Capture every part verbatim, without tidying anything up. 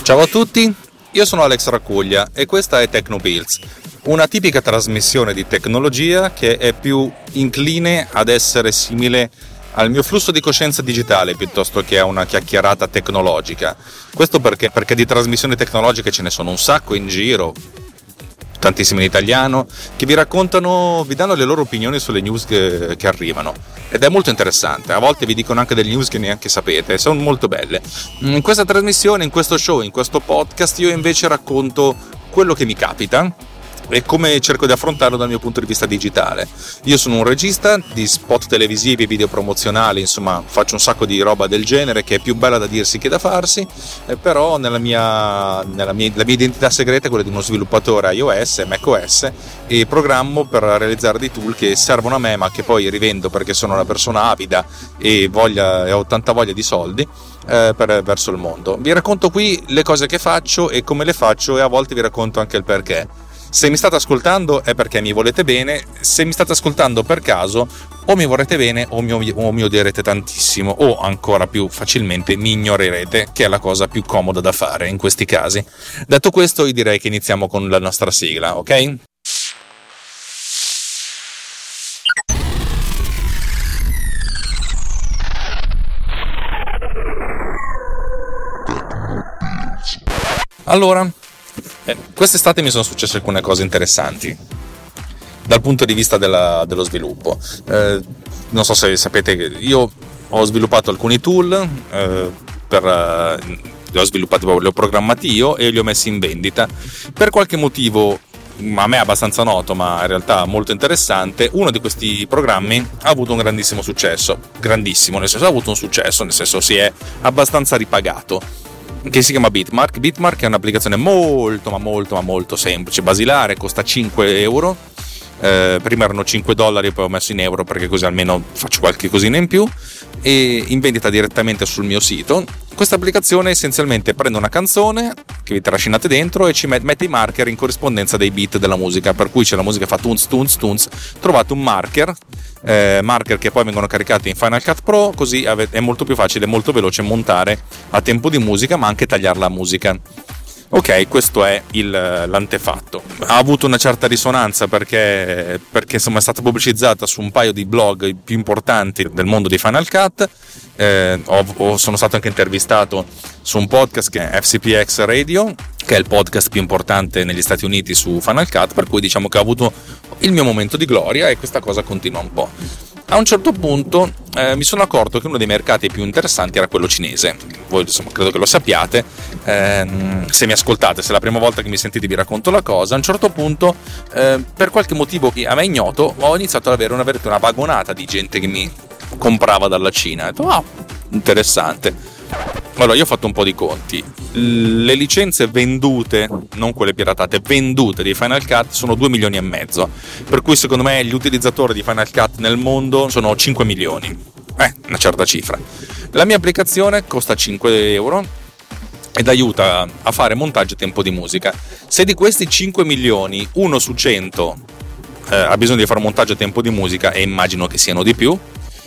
Ciao a tutti, io sono Alex Raccuglia e questa è TechnoPills, una tipica trasmissione di tecnologia che è più incline ad essere simile al mio flusso di coscienza digitale piuttosto che a una chiacchierata tecnologica. Questo perché, perché di trasmissioni tecnologiche ce ne sono un sacco in giro, tantissime in italiano, che vi raccontano, vi danno le loro opinioni sulle news che, che arrivano, ed è molto interessante. A volte vi dicono anche delle news che neanche sapete, sono molto belle. In questa trasmissione, in questo show, in questo podcast, io invece racconto quello che mi capita e come cerco di affrontarlo dal mio punto di vista digitale. Io sono un regista di spot televisivi e video promozionali, insomma faccio un sacco di roba del genere che è più bella da dirsi che da farsi, eh, però nella mia, nella mia, la mia identità segreta è quella di uno sviluppatore iOS e macOS, e programmo per realizzare dei tool che servono a me ma che poi rivendo perché sono una persona avida e, voglia, e ho tanta voglia di soldi eh, per, verso il mondo. Vi racconto qui le cose che faccio e come le faccio, e a volte vi racconto anche il perché. Se mi state ascoltando è perché mi volete bene, se mi state ascoltando per caso o mi vorrete bene o mi, o mi odierete tantissimo, o ancora più facilmente mi ignorerete, che è la cosa più comoda da fare in questi casi. Detto questo, io direi che iniziamo con la nostra sigla, ok? Allora, Eh, quest'estate mi sono successe alcune cose interessanti dal punto di vista della, dello sviluppo. Eh, non so se sapete che io ho sviluppato alcuni tool, eh, per, eh, li ho sviluppati, li ho programmati io e li ho messi in vendita. Per qualche motivo, a me è abbastanza noto, ma in realtà molto interessante, uno di questi programmi ha avuto un grandissimo successo. Grandissimo, nel senso ha avuto un successo, nel senso si è abbastanza ripagato, che si chiama Bitmark. Bitmark è un'applicazione molto ma molto ma molto semplice, basilare, costa cinque euro, eh, prima erano cinque dollari, poi ho messo in euro perché così almeno faccio qualche cosina in più, e in vendita direttamente sul mio sito. Questa applicazione essenzialmente prende una canzone che vi trascinate dentro e ci mette i marker in corrispondenza dei beat della musica, per cui c'è la musica fa tunz tunz tunz, trovate un marker eh, marker che poi vengono caricati in Final Cut Pro, così avete, è molto più facile e molto veloce montare a tempo di musica, ma anche tagliare la musica. Ok, questo è il, l'antefatto. Ha avuto una certa risonanza perché, perché insomma è stata pubblicizzata su un paio di blog più importanti del mondo di Final Cut. Eh, ho, ho, sono stato anche intervistato su un podcast che è F C P X Radio, che è il podcast più importante negli Stati Uniti su Final Cut, per cui diciamo che ho avuto il mio momento di gloria e questa cosa continua un po'. A un certo punto eh, mi sono accorto che uno dei mercati più interessanti era quello cinese. Voi insomma credo che lo sappiate, eh, se mi ascoltate, se è la prima volta che mi sentite vi racconto la cosa. A un certo punto, eh, per qualche motivo che a me è ignoto, ho iniziato ad avere una, una vagonata di gente che mi comprava dalla Cina. Ho detto, ah, interessante. Allora, io ho fatto un po' di conti. Le licenze vendute, non quelle piratate, vendute di Final Cut sono due milioni e mezzo. Per cui secondo me gli utilizzatori di Final Cut nel mondo sono cinque milioni. Eh, una certa cifra. La mia applicazione costa cinque euro ed aiuta a fare montaggio e tempo di musica. Se di questi cinque milioni, uno su cento eh, ha bisogno di fare montaggio e tempo di musica, e immagino che siano di più,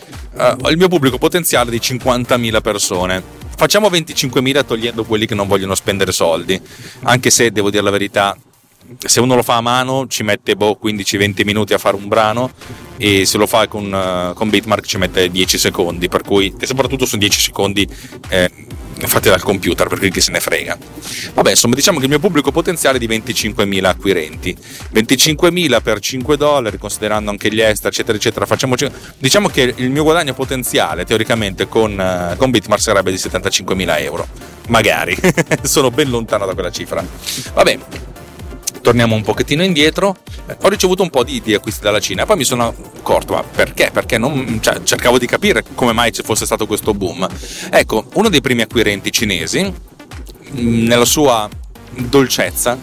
Uh, il mio pubblico potenziale è di cinquantamila persone. Facciamo venticinquemila togliendo quelli che non vogliono spendere soldi, anche se devo dire la verità, se uno lo fa a mano ci mette boh, quindici venti minuti a fare un brano, e se lo fa con, uh, con Bitmark ci mette dieci secondi, per cui, e soprattutto sono dieci secondi eh, fatti dal computer, perché chi se ne frega. Vabbè, insomma, diciamo che il mio pubblico potenziale è di venticinquemila acquirenti. venticinquemila per cinque dollari, considerando anche gli extra eccetera eccetera, facciamoci, diciamo che il mio guadagno potenziale teoricamente con, uh, con Bitmark sarebbe di settantacinquemila euro, magari. Sono ben lontano da quella cifra. Vabbè, torniamo un pochettino indietro. Ho ricevuto un po' di, di acquisti dalla Cina, poi mi sono accorto, ma perché? Perché non, cioè, cercavo di capire come mai ci fosse stato questo boom. Ecco, uno dei primi acquirenti cinesi, nella sua dolcezza,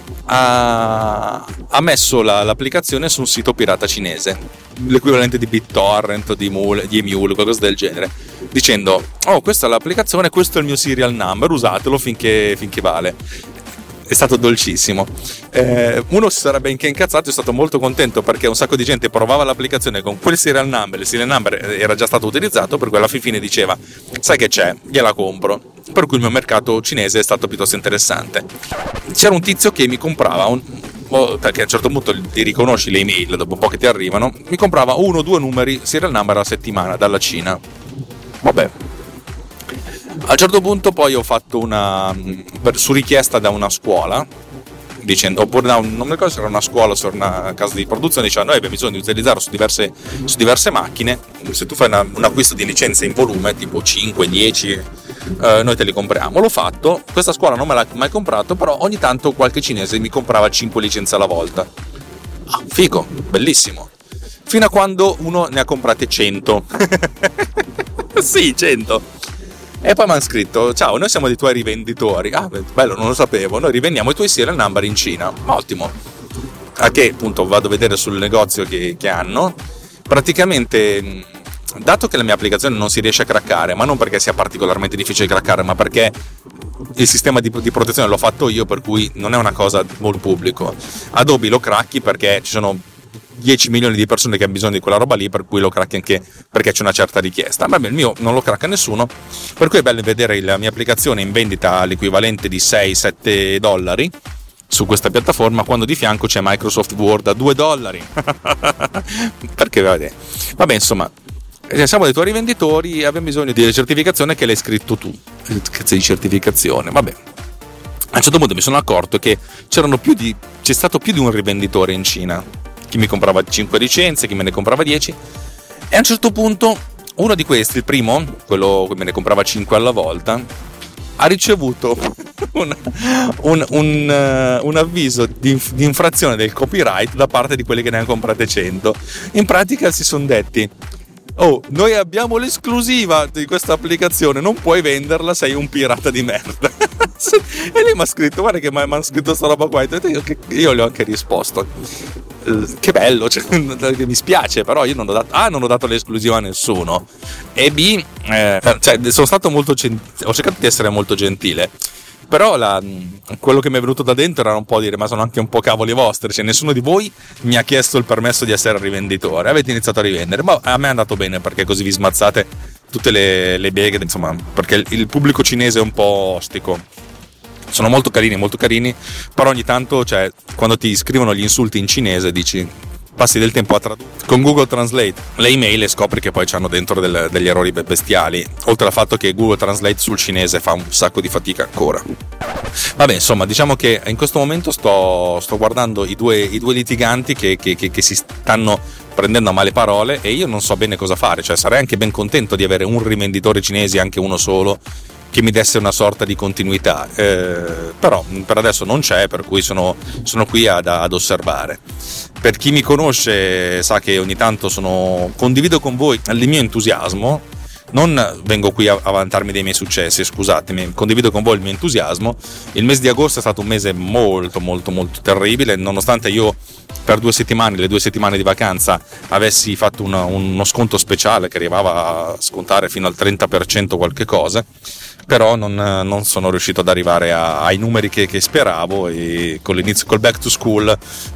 ha, ha messo la, l'applicazione su un sito pirata cinese, l'equivalente di BitTorrent, di, Mule, di Emule, qualcosa del genere, dicendo, oh, questa è l'applicazione, questo è il mio serial number, usatelo finché, finché vale. È stato dolcissimo. Eh, uno si sarebbe anche incazzato, è stato molto contento perché un sacco di gente provava l'applicazione con quel serial number, il serial number era già stato utilizzato, per cui alla fine diceva, sai che c'è, gliela compro. per cui il mio mercato cinese è stato piuttosto interessante. C'era un tizio che mi comprava un, perché a un certo punto ti riconosci le email dopo un po' che ti arrivano, mi comprava uno o due numeri serial number alla settimana dalla Cina. Vabbè, a un certo punto poi ho fatto una per, su richiesta da una scuola, dicendo, oppure da un, non mi ricordo se era una scuola o se era una casa di produzione, diceva noi abbiamo bisogno di utilizzarlo su diverse, su diverse macchine, se tu fai una, un acquisto di licenze in volume tipo cinque dieci, eh, noi te li compriamo. L'ho fatto, questa scuola non me l'ha mai comprato, però ogni tanto qualche cinese mi comprava cinque licenze alla volta. Ah, figo, bellissimo, fino a quando uno ne ha comprate cento. Sì, cento. E poi mi hanno scritto, ciao, noi siamo dei tuoi rivenditori. Ah, bello, non lo sapevo. Noi rivendiamo i tuoi serial number in Cina. Ottimo. A che appunto vado a vedere sul negozio che, che hanno. Praticamente, dato che la mia applicazione non si riesce a craccare, ma non perché sia particolarmente difficile craccare, ma perché il sistema di, di protezione l'ho fatto io, per cui non è una cosa molto pubblico. Adobe lo cracchi perché ci sono dieci milioni di persone che hanno bisogno di quella roba lì, per cui lo cracchi anche perché c'è una certa richiesta. Ma il mio non lo cracca nessuno, per cui è bello vedere la mia applicazione in vendita all'equivalente di sei sette dollari su questa piattaforma, quando di fianco c'è Microsoft Word a due dollari. Perché vabbè, vabbè insomma, siamo dei tuoi rivenditori e abbiamo bisogno di certificazione che l'hai scritto tu. Cazzo di certificazione, vabbè. A un certo punto mi sono accorto che c'erano più di c'è stato più di un rivenditore in Cina, chi mi comprava cinque licenze, chi me ne comprava dieci, e a un certo punto uno di questi, il primo, quello che me ne comprava cinque alla volta, ha ricevuto un, un, un, un avviso di, di infrazione del copyright da parte di quelli che ne hanno comprate cento. In pratica si sono detti, oh, noi abbiamo l'esclusiva di questa applicazione, non puoi venderla, sei un pirata di merda. E lei mi ha scritto, guarda che mi ha scritto sta roba qua, io, io le ho anche risposto, che bello, cioè, mi spiace, però io non ho dato, A, non ho dato l'esclusiva a nessuno, e B, eh, cioè, sono stato molto gentile, ho cercato di essere molto gentile, però la, quello che mi è venuto da dentro era un po' dire, ma sono anche un po' cavoli vostri, cioè nessuno di voi mi ha chiesto il permesso di essere rivenditore, avete iniziato a rivendere, ma a me è andato bene perché così vi smazzate tutte le, le beghe, insomma, perché il, il pubblico cinese è un po' ostico. Sono molto carini, molto carini, però ogni tanto, cioè, quando ti scrivono gli insulti in cinese dici, passi del tempo a tradurre con Google Translate le email e scopri che poi c'hanno dentro del, degli errori bestiali, oltre al fatto che Google Translate sul cinese fa un sacco di fatica ancora. Vabbè, insomma, diciamo che in questo momento sto, sto guardando i due, i due litiganti che, che, che, che si stanno prendendo a male parole, e io non so bene cosa fare, cioè sarei anche ben contento di avere un rivenditore cinese, anche uno solo, che mi desse una sorta di continuità, eh, però per adesso non c'è, per cui sono, sono qui ad, ad osservare. Per chi mi conosce sa che ogni tanto sono, condivido con voi il mio entusiasmo, non vengo qui a, a vantarmi dei miei successi, scusatemi, condivido con voi il mio entusiasmo. Il mese di agosto è stato un mese molto molto molto terribile, nonostante io per due settimane, le due settimane di vacanza, avessi fatto una, uno sconto speciale che arrivava a scontare fino al trenta per cento qualche cosa, però non, non sono riuscito ad arrivare a, ai numeri che, che speravo, e con l'inizio, col back to school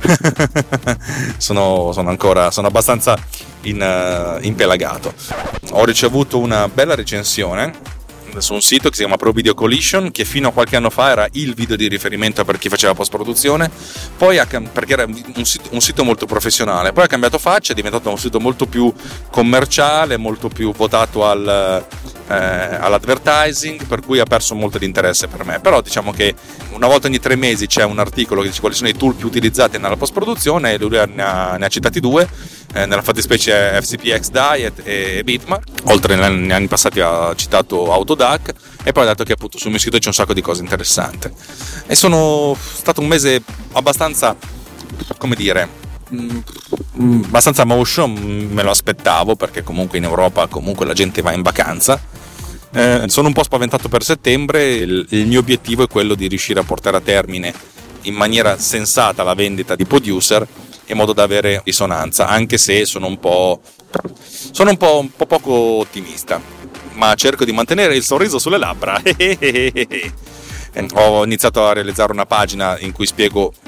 sono, sono ancora sono abbastanza in, uh, impelagato. Ho ricevuto una bella recensione su un sito che si chiama Pro Video Collision, che fino a qualche anno fa era il video di riferimento per chi faceva post produzione, poi ha, perché era un sito, un sito molto professionale, poi ha cambiato faccia, è diventato un sito molto più commerciale, molto più votato al, eh, all'advertising, per cui ha perso molto di interesse per me. Però diciamo che una volta ogni tre mesi c'è un articolo che dice quali sono i tool più utilizzati nella post produzione, e lui ne ha, ne ha citati due, eh, nella fattispecie F C P X Diet e Bitmark, oltre negli anni passati ha citato Autodesk, e poi ha detto che appunto sul mio sito c'è un sacco di cose interessanti. E sono stato un mese abbastanza, come dire, mh, abbastanza motion, me lo aspettavo, perché comunque in Europa comunque la gente va in vacanza. Eh, sono un po' spaventato per settembre, il, il mio obiettivo è quello di riuscire a portare a termine in maniera sensata la vendita di Producer, in modo da avere risonanza, anche se sono un po' sono un po', un po' poco ottimista, ma cerco di mantenere il sorriso sulle labbra. Ho iniziato a realizzare una pagina in cui spiego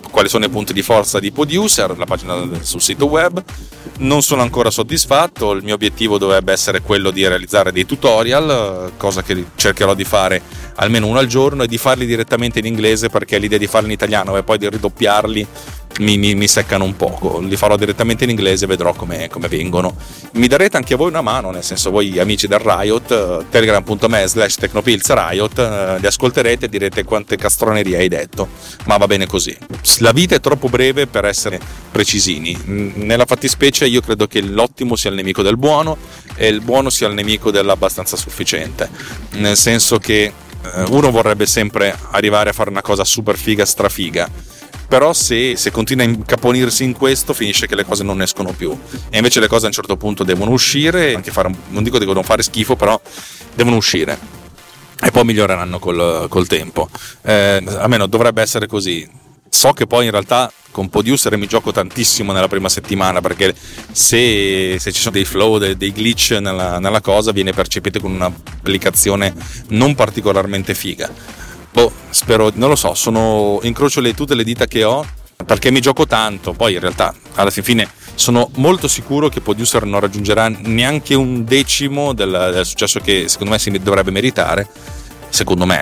quali sono i punti di forza di Poduser, la pagina sul sito web. Non sono ancora soddisfatto, il mio obiettivo dovrebbe essere quello di realizzare dei tutorial, cosa che cercherò di fare almeno uno al giorno, e di farli direttamente in inglese, perché l'idea di farli in italiano e poi di ridoppiarli mi, mi, mi seccano un poco. Li farò direttamente in inglese e vedrò come, come vengono. Mi darete anche voi una mano, nel senso, voi amici del Riot, telegram punto me slash Tecnopills Riot, li ascolterete e direte quante castronerie hai detto, ma va bene così. La vita è troppo breve per essere precisini. Nella fattispecie io credo che l'ottimo sia il nemico del buono e il buono sia il nemico dell'abbastanza sufficiente, nel senso che uno vorrebbe sempre arrivare a fare una cosa super figa, strafiga, però se, se continua a incaponirsi in questo finisce che le cose non escono più, e invece le cose a un certo punto devono uscire, anche fare, non dico devono fare schifo, però devono uscire e poi miglioreranno col, col tempo. Eh, almeno dovrebbe essere così. So che poi in realtà con Poduser mi gioco tantissimo nella prima settimana, perché se, se ci sono dei flow, dei, dei glitch nella, nella cosa, viene percepito con un'applicazione non particolarmente figa. Boh, spero, non lo so, sono incrocio le, tutte le dita che ho, perché mi gioco tanto. Poi in realtà alla fine sono molto sicuro che Poduser non raggiungerà neanche un decimo del, del successo che secondo me si dovrebbe meritare, secondo me.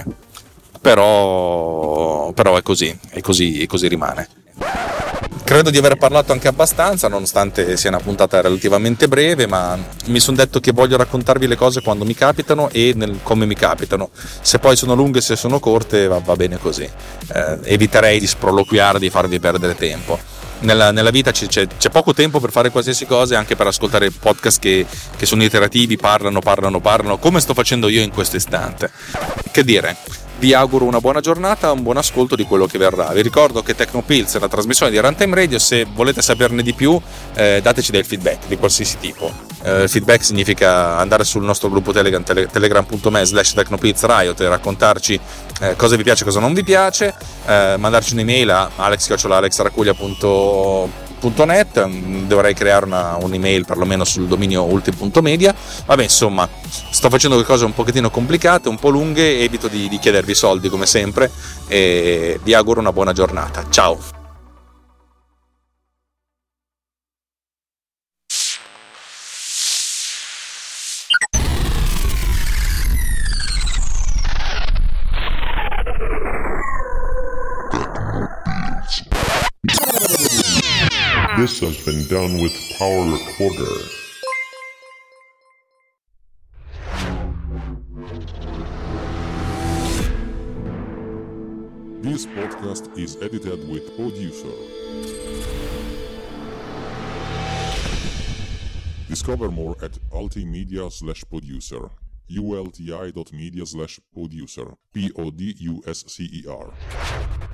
Però, però è così, è così, e così rimane. Credo di aver parlato anche abbastanza, nonostante sia una puntata relativamente breve, ma mi sono detto che voglio raccontarvi le cose quando mi capitano e nel, come mi capitano. Se poi sono lunghe, se sono corte, va, va bene così. Eh, eviterei di sproloquiare, di farvi perdere tempo. Nella, nella vita c'è, c'è, c'è poco tempo per fare qualsiasi cosa, anche per ascoltare podcast che, che sono iterativi, parlano, parlano, parlano, come sto facendo io in questo istante. Che dire? Vi auguro una buona giornata, un buon ascolto di quello che verrà. Vi ricordo che Tecnopills è una trasmissione di Runtime Radio. Se volete saperne di più, eh, dateci del feedback di qualsiasi tipo. Eh, feedback significa andare sul nostro gruppo Telegram, tele, telegram punto me slash Tecnopills Riot, e raccontarci eh, cosa vi piace e cosa non vi piace, eh, mandarci un'email a alex chiocciola alex racuglia punto net. Dovrei creare una, un'email perlomeno sul dominio ultim punto media. Vabbè, insomma, sto facendo cose un pochettino complicate, un po' lunghe, evito di, di chiedervi soldi come sempre, e vi auguro una buona giornata. Ciao. This has been done with Power Recorder. This podcast is edited with Poduser. Discover more at ultimedia slash Poduser. ulti dot media slash Poduser. P O D U S C E R.